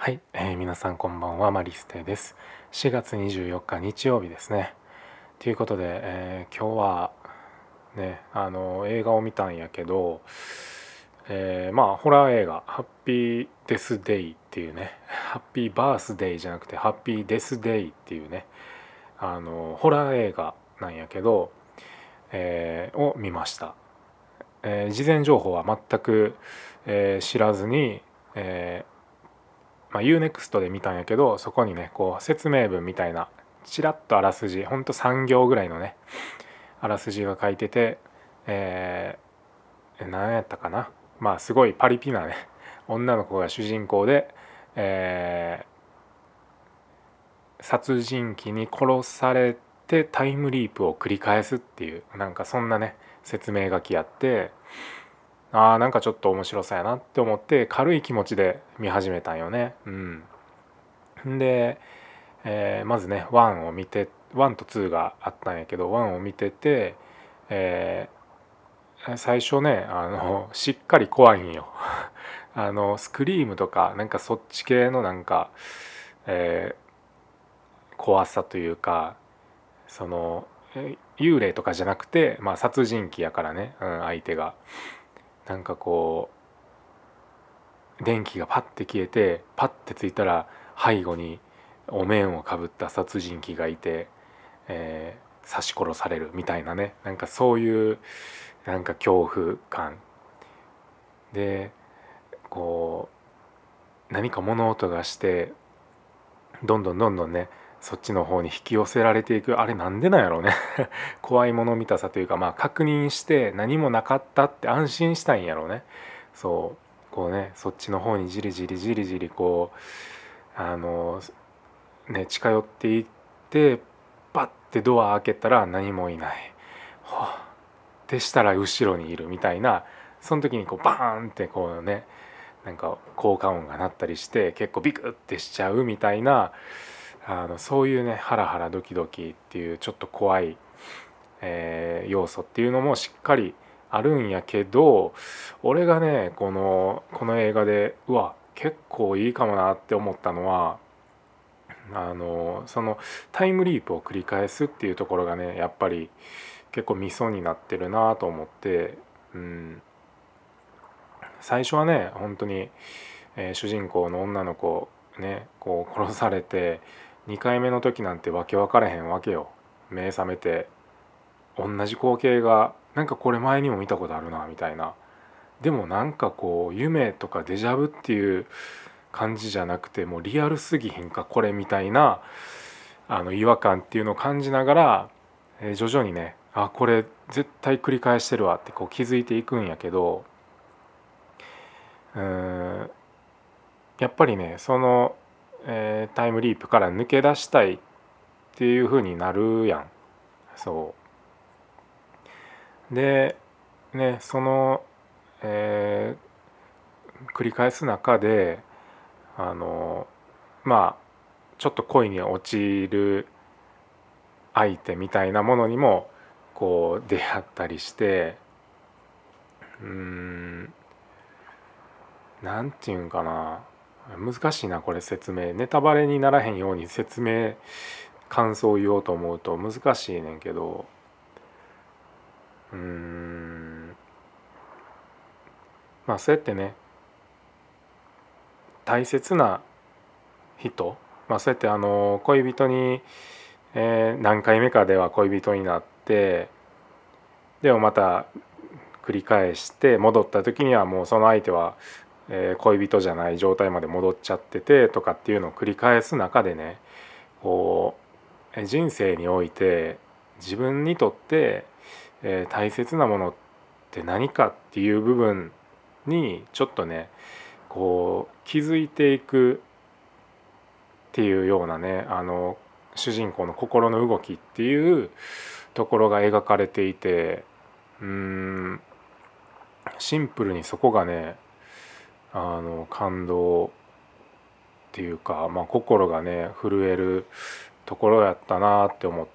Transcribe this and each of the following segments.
はい、皆さんこんばんは、マリステです。4月24日日曜日ですね。ということで、今日はね、映画を見たんやけど、まあホラー映画ハッピーデスデイっていうね、ハッピーバースデイじゃなくてハッピーデスデイっていうね、ホラー映画なんやけど、を見ました。事前情報は全く、知らずに、UNEXT で見たんやけど、そこにねこう説明文みたいなちらっとあらすじほんと3行ぐらいのねあらすじが書いてて、何やったかな、まあすごいパリピなね女の子が主人公で、殺人鬼に殺されてタイムリープを繰り返すっていうなんかそんなね説明書きやって、なんかちょっと面白そうやなって思って軽い気持ちで見始めたんよね。で、まずね1を見て、1と2があったんやけど1を見てて、最初ねしっかり怖いんよスクリームとかなんかそっち系のなんか、怖さというか、その幽霊とかじゃなくて、まあ、殺人鬼やからね、相手がなんかこう電気がパッて消えてパッてついたら背後にお面をかぶった殺人鬼がいて、刺し殺されるみたいなね、なんかそういうなんか恐怖感で、こう何か物音がしてどんどんねそっちの方に引き寄せられていく、あれなんでなんやろうね怖いもの見たさというか、まあ確認して何もなかったって安心したいんやろうね。そうこうねそっちの方にじりじりじりじりこう近寄っていって、パッてドア開けたら何もいない、はあってしたら後ろにいるみたいな、その時にこうバーンってこうねなんか効果音が鳴ったりして結構ビクってしちゃうみたいな、そういうねハラハラドキドキっていうちょっと怖い、要素っていうのもしっかりあるんやけど、俺がねこの映画で結構いいかもなって思ったのは、そのタイムリープを繰り返すっていうところがねやっぱり結構ミソになってるなと思って、最初はね本当に、主人公の女の子ねこう殺されて2回目の時なんてわけ分からへんわけよ。目覚めて同じ光景がなんかこれ前にも見たことあるなみたいな、でもなんかこう夢とかデジャブっていう感じじゃなくてもうリアルすぎひんかこれみたいな違和感っていうのを感じながら、徐々にねこれ絶対繰り返してるわってこう気づいていくんやけど、うーんやっぱりねその、タイムリープから抜け出したいっていう風になるやん。そうでねその、繰り返す中でまあちょっと恋に落ちる相手みたいなものにもこう出会ったりして、なんていうんかな、難しいなこれ説明、ネタバレにならへんように説明感想を言おうと思うと難しいねんけど、まあそうやってね大切な人、そうやって恋人に、何回目かでは恋人になって、でもまた繰り返して戻った時にはもうその相手は、恋人じゃない状態まで戻っちゃっててとかっていうのを繰り返す中でね、こう人生において自分にとって、大切なものって何かっていう部分にちょっとねこう気づいていくっていうようなね主人公の心の動きっていうところが描かれていて、シンプルにそこがね感動っていうか、心がね震えるところやったなって思って、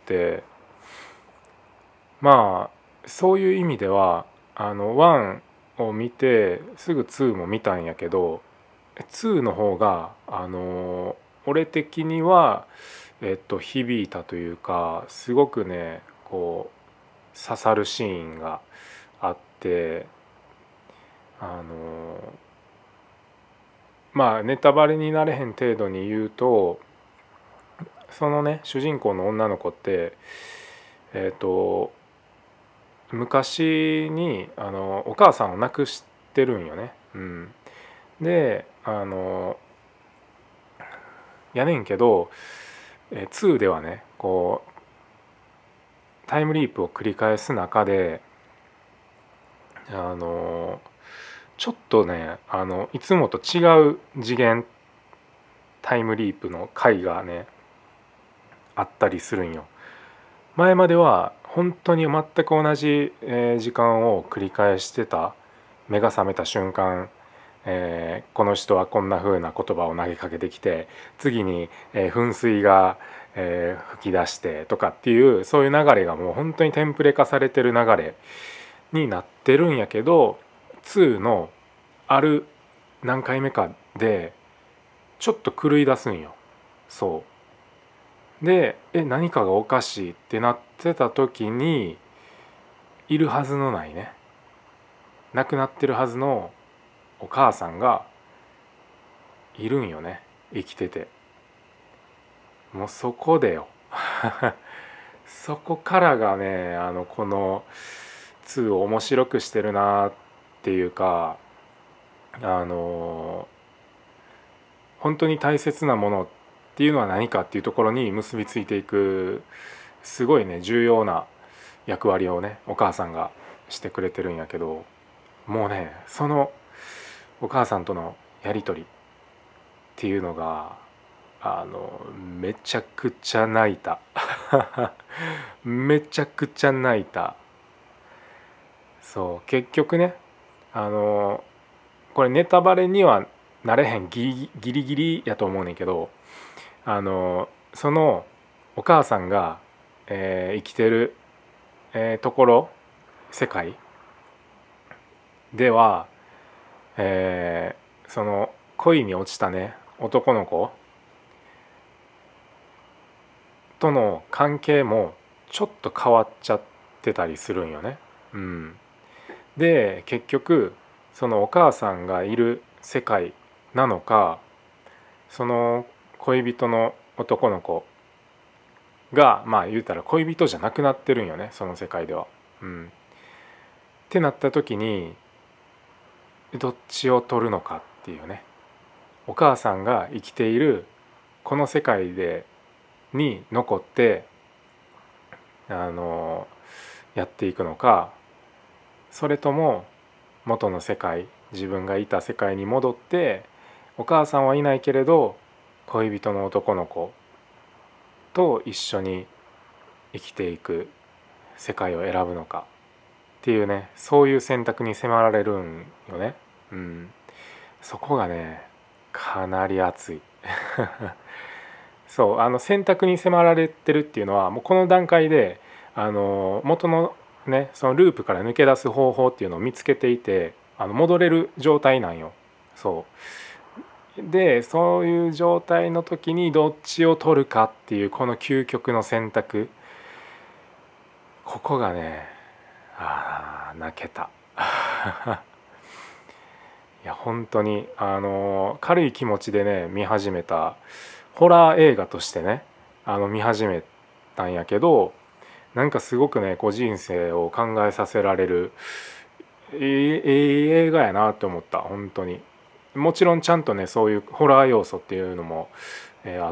そういう意味では1を見てすぐ2も見たんやけど、 2の方が俺的には響いたというか、すごくねこう刺さるシーンがあって、まあネタバレになれへん程度に言うと、そのね主人公の女の子って昔にお母さんを亡くしてるんよね。でやねんけど、2ではねこうタイムリープを繰り返す中でちょっとねいつもと違う次元タイムリープの回がねあったりするんよ。前までは本当に全く同じ時間を繰り返してた。目が覚めた瞬間、この人はこんな風な言葉を投げかけてきて、次に噴水が吹き出してとかっていう、そういう流れがもう本当にテンプレ化されてる流れになってるんやけど、2のある何回目かでちょっと狂い出すんよ。そうで何かがおかしいってなってた時に、いるはずのないね、亡くなってるはずのお母さんがいるんよね、生きてて。もうそこでよそこからがねこの2を面白くしてるなっていうか、本当に大切なものっていうのは何かっていうところに結びついていく、すごいね重要な役割をねお母さんがしてくれてるんやけど、もうねそのお母さんとのやり取りっていうのがめちゃくちゃ泣いためちゃくちゃ泣いた。そう結局ねこれネタバレにはなれへんギリギリやと思うねんけど、そのお母さんが、生きてる、ところ、世界では、その恋に落ちたね男の子との関係もちょっと変わっちゃってたりするんよね。で結局そのお母さんがいる世界なのか、その恋人の男の子がまあ言うたら恋人じゃなくなってるんよね、その世界では。ってなった時にどっちを取るのかっていうね、お母さんが生きているこの世界でに残ってやっていくのか、それとも元の世界、自分がいた世界に戻ってお母さんはいないけれど恋人の男の子と一緒に生きていく世界を選ぶのかっていうね、そういう選択に迫られるんよね。そこがねかなり熱いそう選択に迫られてるっていうのはもうこの段階で元のねそのループから抜け出す方法っていうのを見つけていて戻れる状態なんよ。でそういう状態の時にどっちを取るかっていうこの究極の選択、ここがね泣けたいや本当に軽い気持ちでね見始めたホラー映画としてね見始めたんやけど、なんかすごくねこう人生を考えさせられる映画やなって思った。本当にもちろんちゃんとねそういうホラー要素っていうのも、あって、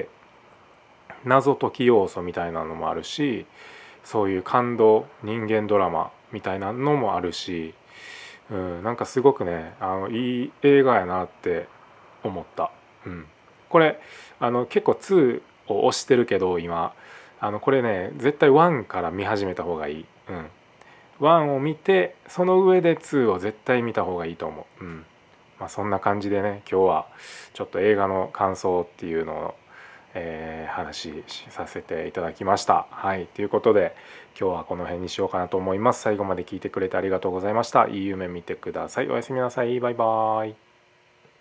謎解き要素みたいなのもあるし、そういう感動人間ドラマみたいなのもあるし、なんかすごくねいい映画やなって思った。これ結構2を推してるけど今これね絶対1から見始めた方がいい。1を見てその上で2を絶対見た方がいいと思う。そんな感じでね今日はちょっと映画の感想っていうのを、話しさせていただきました。ということで今日はこの辺にしようかなと思います。最後まで聞いてくれてありがとうございました。いい夢見てください。おやすみなさい。バイバーイ。